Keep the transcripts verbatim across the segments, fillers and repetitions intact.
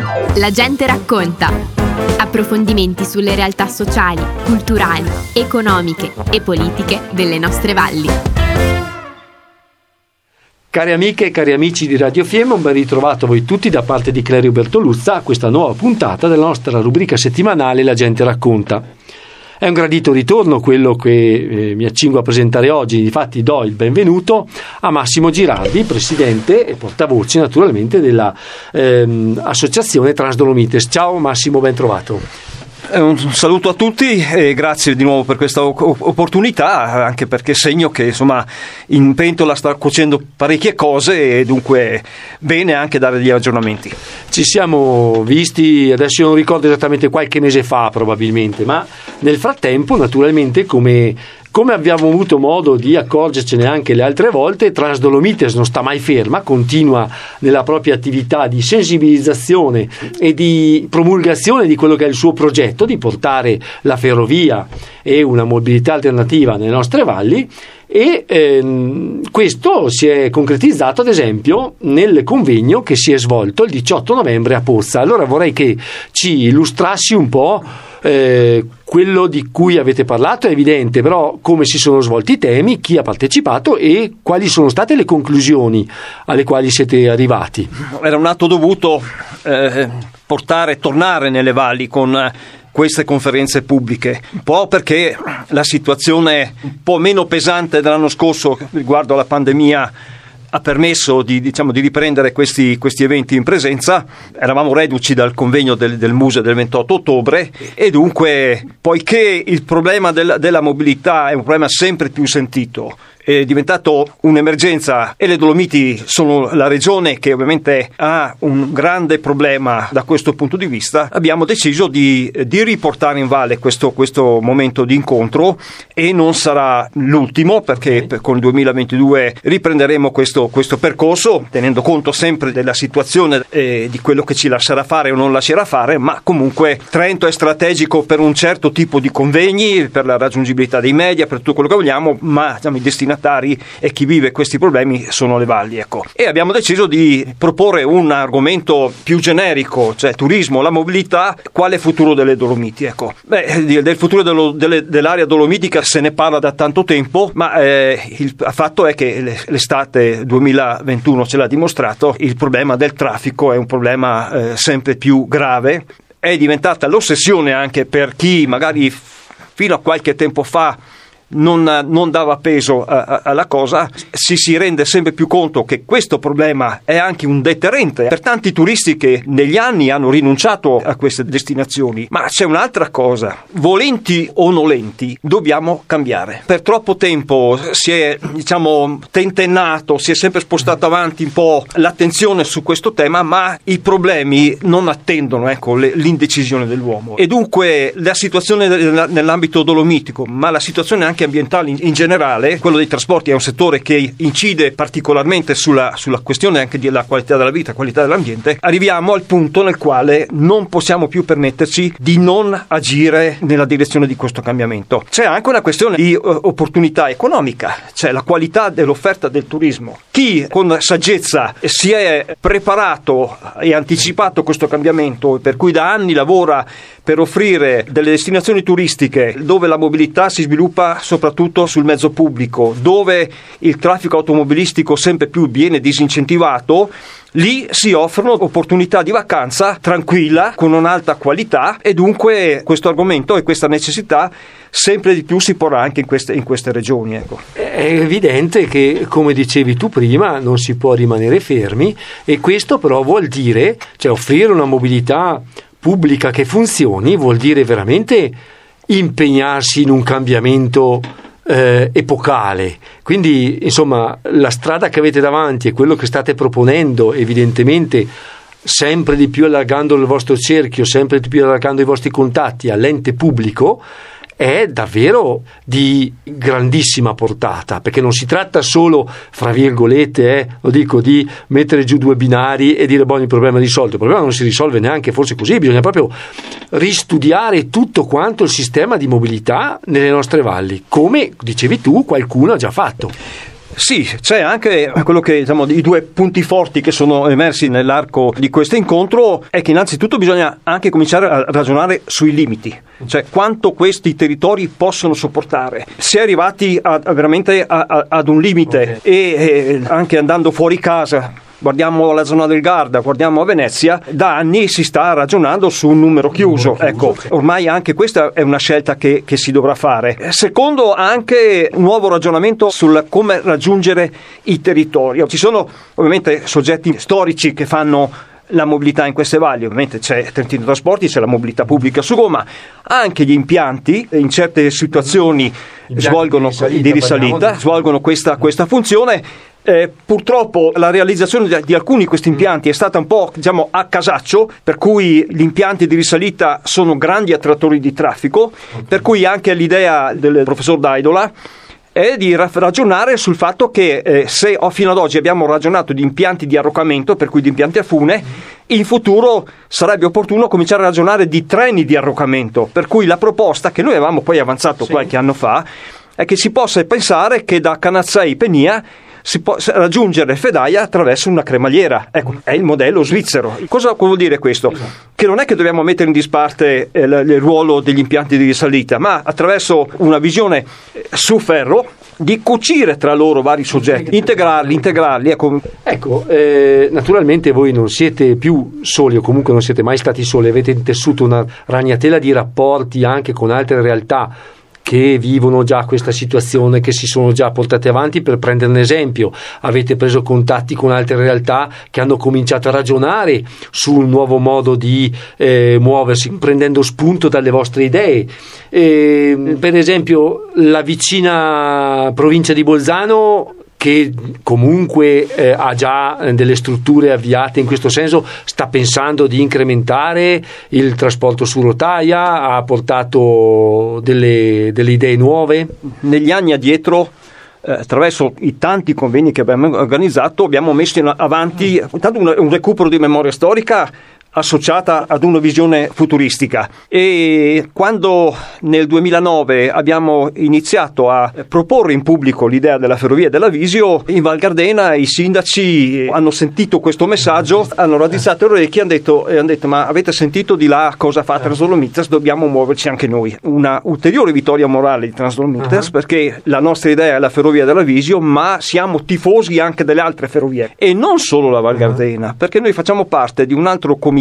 La gente racconta. Approfondimenti sulle realtà sociali, culturali, economiche e politiche delle nostre valli. Cari amiche e cari amici di Radio Fiemme, un ben ritrovato a voi tutti da parte di Clerio Bertoluzza a questa nuova puntata della nostra rubrica settimanale La gente racconta. È un gradito ritorno quello che eh, mi accingo a presentare oggi. Infatti do il benvenuto a Massimo Girardi, presidente e portavoce naturalmente della ehm, associazione Transdolomites. Ciao Massimo, ben trovato. Un saluto a tutti e grazie di nuovo per questa opportunità, anche perché segno che insomma in pentola sta cuocendo parecchie cose e dunque bene anche dare degli aggiornamenti. Ci siamo visti, adesso non ricordo esattamente, qualche mese fa probabilmente, ma nel frattempo naturalmente come Come abbiamo avuto modo di accorgercene anche le altre volte, Transdolomites non sta mai ferma, continua nella propria attività di sensibilizzazione e di promulgazione di quello che è il suo progetto di portare la ferrovia e una mobilità alternativa nelle nostre valli. E ehm, questo si è concretizzato ad esempio nel convegno che si è svolto il diciotto novembre a Pozza. Allora vorrei che ci illustrassi un po' eh, quello di cui avete parlato. È evidente, però, come si sono svolti i temi, chi ha partecipato e quali sono state le conclusioni alle quali siete arrivati. Era un atto dovuto eh, portare, tornare nelle valli con eh, queste conferenze pubbliche, un po' perché la situazione un po' meno pesante dell'anno scorso riguardo alla pandemia ha permesso di, diciamo, di riprendere questi, questi eventi in presenza. Eravamo reduci dal convegno del, del Muse del ventotto ottobre e dunque, poiché il problema del, della mobilità è un problema sempre più sentito, è diventato un'emergenza e le Dolomiti sono la regione che ovviamente ha un grande problema da questo punto di vista, abbiamo deciso di, di riportare in valle questo, questo momento di incontro, e non sarà l'ultimo, perché con il duemilaventidue riprenderemo questo, questo percorso tenendo conto sempre della situazione e di quello che ci lascerà fare o non lascerà fare, ma comunque Trento è strategico per un certo tipo di convegni, per la raggiungibilità dei media, per tutto quello che vogliamo, ma diciamo, i destinatari e chi vive questi problemi sono le valli, ecco. E abbiamo deciso di proporre un argomento più generico, cioè turismo, la mobilità, quale futuro delle Dolomiti, ecco. Beh, del futuro dello, delle, dell'area dolomitica se ne parla da tanto tempo, ma eh, il fatto è che l'estate duemilaventuno ce l'ha dimostrato, il problema del traffico è un problema eh, sempre più grave, è diventata l'ossessione anche per chi magari fino a qualche tempo fa Non, non dava peso a, a, alla cosa. Si si rende sempre più conto che questo problema è anche un deterrente per tanti turisti che negli anni hanno rinunciato a queste destinazioni. Ma c'è un'altra cosa: volenti o nolenti dobbiamo cambiare. Per troppo tempo si è, diciamo, tentennato, si è sempre spostato avanti un po' l'attenzione su questo tema, ma i problemi non attendono, ecco, le, l'indecisione dell'uomo. E dunque la situazione nell'ambito dolomitico, ma la situazione anche ambientale in, in generale, quello dei trasporti è un settore che incide particolarmente sulla, sulla questione anche della qualità della vita, qualità dell'ambiente. Arriviamo al punto nel quale non possiamo più permetterci di non agire nella direzione di questo cambiamento. C'è anche una questione di uh, opportunità economica, cioè la qualità dell'offerta del turismo. Chi con saggezza si è preparato e anticipato questo cambiamento, per cui da anni lavora per offrire delle destinazioni turistiche dove la mobilità si sviluppa soprattutto sul mezzo pubblico, dove il traffico automobilistico sempre più viene disincentivato, lì si offrono opportunità di vacanza tranquilla, con un'alta qualità, e dunque questo argomento e questa necessità sempre di più si porrà anche in queste, in queste regioni, ecco. È evidente che, come dicevi tu prima, non si può rimanere fermi, e questo però vuol dire, cioè offrire una mobilità pubblica che funzioni vuol dire veramente impegnarsi in un cambiamento eh, epocale. Quindi insomma la strada che avete davanti e quello che state proponendo, evidentemente sempre di più allargando il vostro cerchio, sempre di più allargando i vostri contatti all'ente pubblico, è davvero di grandissima portata, perché non si tratta solo, fra virgolette, eh, lo dico, di mettere giù due binari e dire buon, il problema è risolto. Il problema non si risolve neanche forse così, bisogna proprio ristudiare tutto quanto il sistema di mobilità nelle nostre valli, come dicevi tu, qualcuno ha già fatto. Sì, c'è anche quello che, diciamo, i due punti forti che sono emersi nell'arco di questo incontro è che innanzitutto bisogna anche cominciare a ragionare sui limiti, cioè quanto questi territori possono sopportare. Si è arrivati a, a veramente a, a, ad un limite, okay. e eh, anche andando fuori casa, guardiamo la zona del Garda, guardiamo a Venezia, da anni si sta ragionando su un numero chiuso. Ecco, ormai anche questa è una scelta che, che si dovrà fare. Secondo, anche un nuovo ragionamento sul come raggiungere i territori. Ci sono ovviamente soggetti storici che fanno la mobilità in queste valli, ovviamente c'è Trentino Trasporti, c'è la mobilità pubblica su gomma, anche gli impianti in certe situazioni svolgono di risalita, di risalita svolgono questa, questa funzione. Eh, purtroppo la realizzazione di, di alcuni di questi impianti è stata un po', diciamo, a casaccio, per cui gli impianti di risalita sono grandi attrattori di traffico, okay. Per cui anche l'idea del professor Daidola è di ragionare sul fatto che eh, se oh, fino ad oggi abbiamo ragionato di impianti di arroccamento, per cui di impianti a fune, in futuro sarebbe opportuno cominciare a ragionare di treni di arroccamento, per cui la proposta che noi avevamo poi avanzato sì. qualche anno fa è che si possa pensare che da Canazzei Penia si può raggiungere Fedaia attraverso una cremagliera. Ecco, è il modello svizzero. Cosa vuol dire questo? Che non è che dobbiamo mettere in disparte eh, il ruolo degli impianti di risalita, ma attraverso una visione eh, su ferro di cucire tra loro vari soggetti, integrarli, integrarli. Ecco, ecco eh, naturalmente voi non siete più soli, o comunque non siete mai stati soli, avete intessuto una ragnatela di rapporti anche con altre realtà che vivono già questa situazione, che si sono già portate avanti. Per prendere un esempio, avete preso contatti con altre realtà che hanno cominciato a ragionare su un nuovo modo di eh, muoversi, prendendo spunto dalle vostre idee. E, per esempio, la vicina provincia di Bolzano, che comunque eh, ha già delle strutture avviate in questo senso, sta pensando di incrementare il trasporto su rotaia, ha portato delle, delle idee nuove. Negli anni addietro, eh, attraverso i tanti convegni che abbiamo organizzato, abbiamo messo in avanti intanto un, un recupero di memoria storica associata ad una visione futuristica, e quando nel duemilanove abbiamo iniziato a proporre in pubblico l'idea della ferrovia della Visio, in Val Gardena i sindaci hanno sentito questo messaggio, hanno raddrizzato le orecchie e hanno detto, e hanno detto ma avete sentito di là cosa fa Transdolomitas, dobbiamo muoverci anche noi. Una ulteriore vittoria morale di Transdolomitas, uh-huh. perché la nostra idea è la ferrovia della Visio, ma siamo tifosi anche delle altre ferrovie, e non solo la Val Gardena, uh-huh. perché noi facciamo parte di un altro comitato,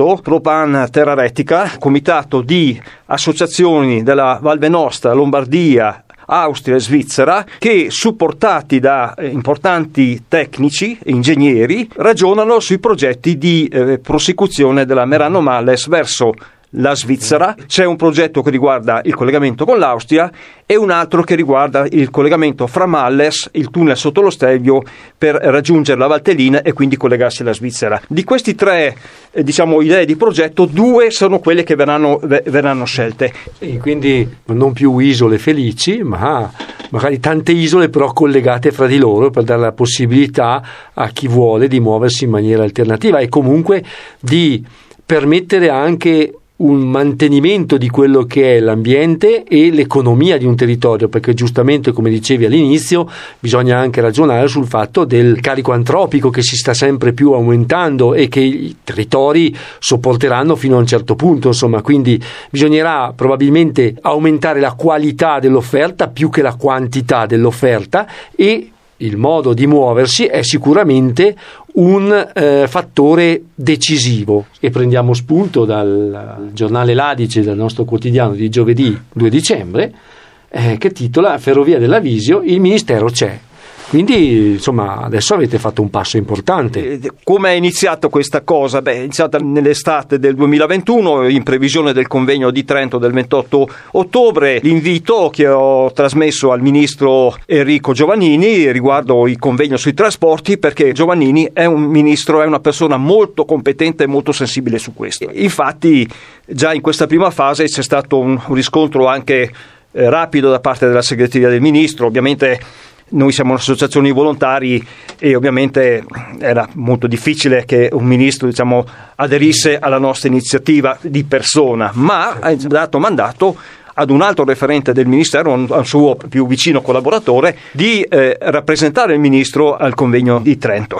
Propan Terra Retica, comitato di associazioni della Val Venosta, Lombardia, Austria e Svizzera, che supportati da eh, importanti tecnici e ingegneri ragionano sui progetti di eh, prosecuzione della Merano-Malles verso la Svizzera. C'è un progetto che riguarda il collegamento con l'Austria e un altro che riguarda il collegamento fra Malles, il tunnel sotto lo Stelvio, per raggiungere la Valtellina e quindi collegarsi alla Svizzera. Di questi tre eh, diciamo idee di progetto, due sono quelle che verranno, v- verranno scelte. Sì, quindi non più isole felici, ma magari tante isole però collegate fra di loro, per dare la possibilità a chi vuole di muoversi in maniera alternativa e comunque di permettere anche un mantenimento di quello che è l'ambiente e l'economia di un territorio, perché giustamente, come dicevi all'inizio, bisogna anche ragionare sul fatto del carico antropico che si sta sempre più aumentando e che i territori sopporteranno fino a un certo punto, insomma, quindi bisognerà probabilmente aumentare la qualità dell'offerta più che la quantità dell'offerta, e il modo di muoversi è sicuramente un eh, fattore decisivo. E prendiamo spunto dal giornale L'Adice, dal nostro quotidiano di giovedì due dicembre, eh, che titola Ferrovia della Visio, il ministero c'è. Quindi, insomma, adesso avete fatto un passo importante. Come è iniziata questa cosa? Beh, è iniziata nell'estate del duemilaventuno, in previsione del convegno di Trento del ventotto ottobre. L'invito che ho trasmesso al ministro Enrico Giovannini riguardo il convegno sui trasporti, perché Giovannini è un ministro, è una persona molto competente e molto sensibile su questo. Infatti, già in questa prima fase c'è stato un riscontro anche eh, rapido da parte della segreteria del ministro. Ovviamente noi siamo un'associazione di volontari e ovviamente era molto difficile che un ministro, diciamo, aderisse alla nostra iniziativa di persona, ma ha dato mandato ad un altro referente del Ministero, un, un suo più vicino collaboratore, di eh, rappresentare il Ministro al convegno di Trento.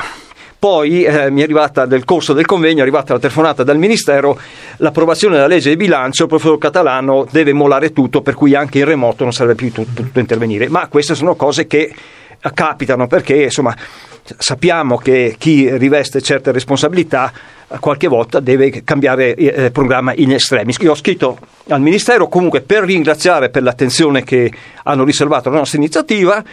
Poi eh, mi è arrivata nel corso del convegno, è arrivata la telefonata dal Ministero, l'approvazione della legge di bilancio, il professor Catalano deve mollare tutto, per cui anche in remoto non sarebbe più potuto intervenire. Ma queste sono cose che capitano, perché insomma sappiamo che chi riveste certe responsabilità qualche volta deve cambiare eh, programma in extremis. Io ho scritto al Ministero comunque per ringraziare per l'attenzione che hanno riservato alla nostra iniziativa,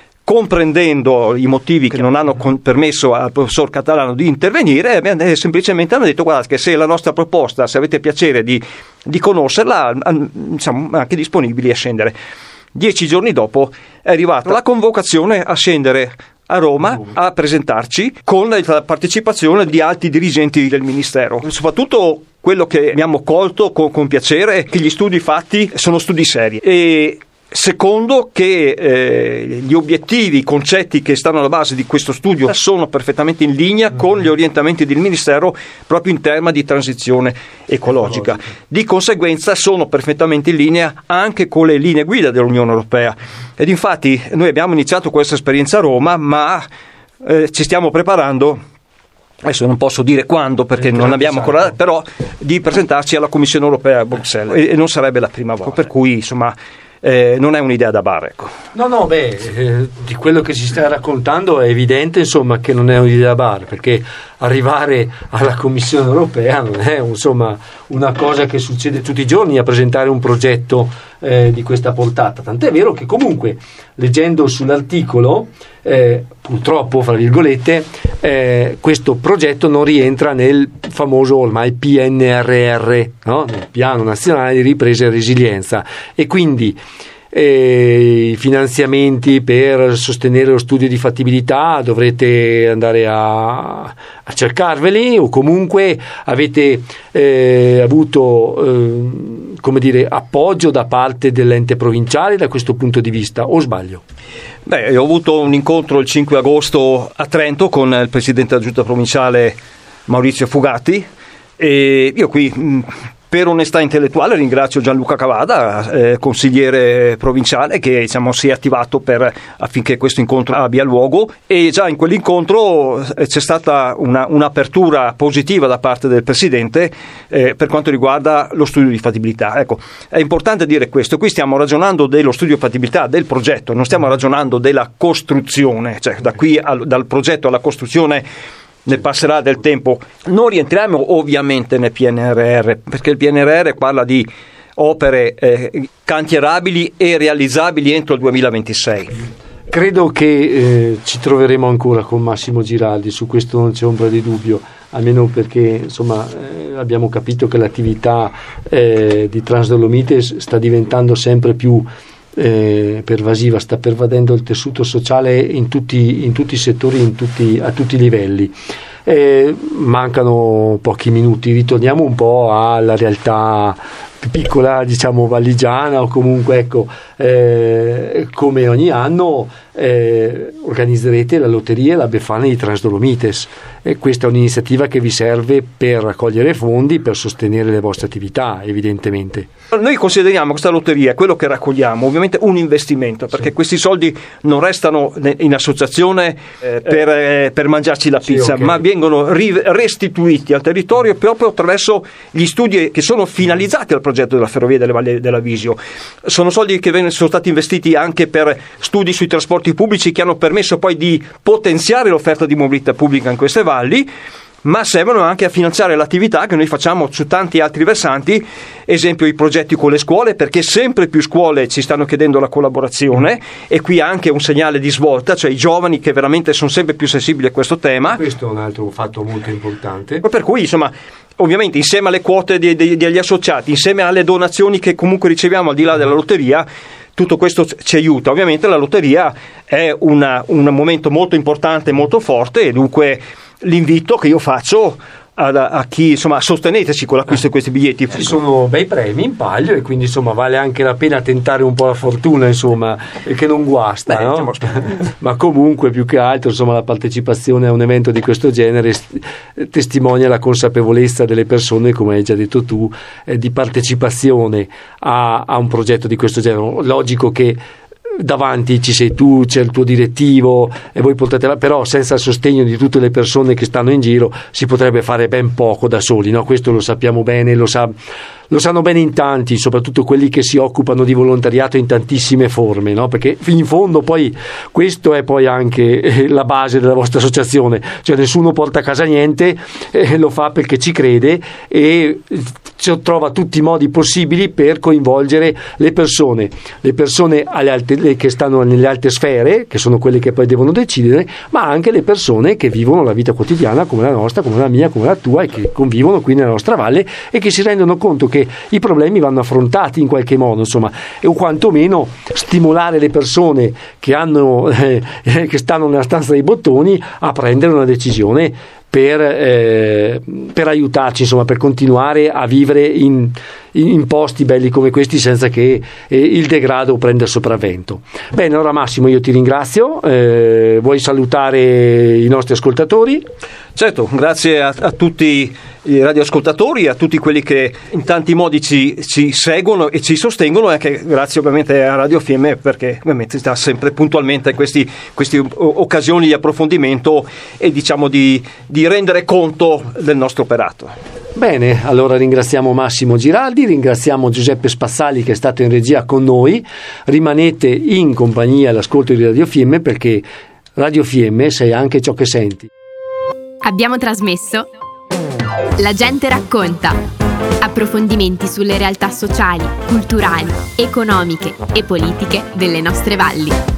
comprendendo i motivi che non hanno con- permesso al professor Catalano di intervenire, e semplicemente hanno detto: guardate che se la nostra proposta, se avete piacere di, di conoscerla, an- siamo anche disponibili a scendere. Dieci giorni dopo è arrivata la convocazione a scendere a Roma a presentarci con la partecipazione di alti dirigenti del Ministero. Soprattutto quello che abbiamo colto con, con piacere è che gli studi fatti sono studi seri, e secondo che eh, gli obiettivi, i concetti che stanno alla base di questo studio sono perfettamente in linea con gli orientamenti del Ministero proprio in tema di transizione ecologica. Di conseguenza sono perfettamente in linea anche con le linee guida dell'Unione Europea. Ed infatti noi abbiamo iniziato questa esperienza a Roma, ma eh, ci stiamo preparando, adesso non posso dire quando perché non abbiamo ancora, però di presentarci alla Commissione Europea a Bruxelles, e, e non sarebbe la prima volta, per cui insomma Eh, non è un'idea da bar, ecco. No, no, beh, eh, di quello che si sta raccontando è evidente, insomma, che non è un'idea da bar, perché arrivare alla Commissione Europea non è, insomma, una cosa che succede tutti i giorni, a presentare un progetto eh, di questa portata. Tant'è vero che comunque, leggendo sull'articolo, eh, purtroppo, fra virgolette, eh, questo progetto non rientra nel famoso ormai P N R R, no? Nel Piano Nazionale di Ripresa e Resilienza, e quindi eh, i finanziamenti per sostenere lo studio di fattibilità dovrete andare a, a cercarveli, o comunque avete eh, avuto eh, come dire, appoggio da parte dell'ente provinciale da questo punto di vista, o sbaglio? Beh, ho avuto un incontro il cinque agosto a Trento con il presidente della giunta provinciale Maurizio Fugatti, e io qui mh, per onestà intellettuale ringrazio Gianluca Cavada, eh, consigliere provinciale, che diciamo, si è attivato per, affinché questo incontro abbia luogo, e già in quell'incontro eh, c'è stata una, un'apertura positiva da parte del presidente eh, per quanto riguarda lo studio di fattibilità. Ecco, è importante dire questo: qui stiamo ragionando dello studio di fattibilità del progetto, non stiamo ragionando della costruzione, cioè da qui al, dal progetto alla costruzione ne passerà del tempo. Non rientriamo ovviamente nel P N R R, perché il P N R R parla di opere eh, cantierabili e realizzabili entro il duemilaventisei. Credo che eh, ci troveremo ancora con Massimo Giraldi, su questo non c'è ombra di dubbio, almeno perché insomma eh, abbiamo capito che l'attività eh, di Transdolomite sta diventando sempre più Eh, pervasiva, sta pervadendo il tessuto sociale in tutti, in tutti i settori, in tutti, a tutti i livelli. Eh, mancano pochi minuti, ritorniamo un po' alla realtà più piccola, diciamo valligiana, o comunque ecco, eh, come ogni anno eh, organizzerete la lotteria e la Befana di Transdolomites, e questa è un'iniziativa che vi serve per raccogliere fondi per sostenere le vostre attività, evidentemente. Noi consideriamo questa lotteria, quello che raccogliamo, ovviamente un investimento, perché sì, questi soldi non restano in associazione eh, per, eh, per mangiarci la pizza, sì, okay, ma vengono ri- restituiti al territorio proprio attraverso gli studi che sono finalizzati al progetto della Ferrovia delle Valli della Visio. Sono soldi che sono stati investiti anche per studi sui trasporti pubblici, che hanno permesso poi di potenziare l'offerta di mobilità pubblica in queste valli, ma servono anche a finanziare l'attività che noi facciamo su tanti altri versanti, esempio i progetti con le scuole, perché sempre più scuole ci stanno chiedendo la collaborazione, e qui anche un segnale di svolta, cioè i giovani che veramente sono sempre più sensibili a questo tema. Questo è un altro fatto molto importante. Per cui insomma, ovviamente insieme alle quote di, di, degli associati, insieme alle donazioni che comunque riceviamo al di là della lotteria, tutto questo ci aiuta. Ovviamente la lotteria è una, un momento molto importante, molto forte, e dunque l'invito che io faccio a, a chi, insomma, sosteneteci con l'acquisto di questi biglietti. Ci sono bei premi in palio e quindi insomma vale anche la pena tentare un po' la fortuna, insomma, che non guasta. Beh, no? Ma comunque più che altro insomma la partecipazione a un evento di questo genere testimonia la consapevolezza delle persone, come hai già detto tu, eh, di partecipazione a, a un progetto di questo genere. Logico che davanti ci sei tu, c'è il tuo direttivo e voi potete, però senza il sostegno di tutte le persone che stanno in giro si potrebbe fare ben poco da soli, no? Questo lo sappiamo bene, lo sa, lo sanno bene in tanti, soprattutto quelli che si occupano di volontariato in tantissime forme, no? Perché in fondo poi questo è poi anche la base della vostra associazione, cioè nessuno porta a casa niente, eh, lo fa perché ci crede e trova tutti i modi possibili per coinvolgere le persone, le persone alle alte, che stanno nelle alte sfere, che sono quelle che poi devono decidere, ma anche le persone che vivono la vita quotidiana come la nostra, come la mia, come la tua e che convivono qui nella nostra valle e che si rendono conto che i problemi vanno affrontati in qualche modo, insomma, o quantomeno stimolare le persone che hanno eh, che stanno nella stanza dei bottoni a prendere una decisione per, eh, per aiutarci, insomma, per continuare a vivere in, in posti belli come questi senza che eh, il degrado prenda il sopravvento. Bene, allora Massimo, io ti ringrazio, eh, vuoi salutare i nostri ascoltatori? Certo, grazie a, a tutti i radioascoltatori, a tutti quelli che in tanti modi ci, ci seguono e ci sostengono, e anche grazie ovviamente a Radio F M perché ovviamente sta sempre puntualmente questi, queste occasioni di approfondimento e diciamo di, di rendere conto del nostro operato. Bene, allora ringraziamo Massimo Giraldi, ringraziamo Giuseppe Spazzali che è stato in regia con noi, rimanete in compagnia all'ascolto di Radio F M perché Radio F M sei anche ciò che senti. Abbiamo trasmesso La gente racconta. Approfondimenti sulle realtà sociali, culturali, economiche e politiche delle nostre valli.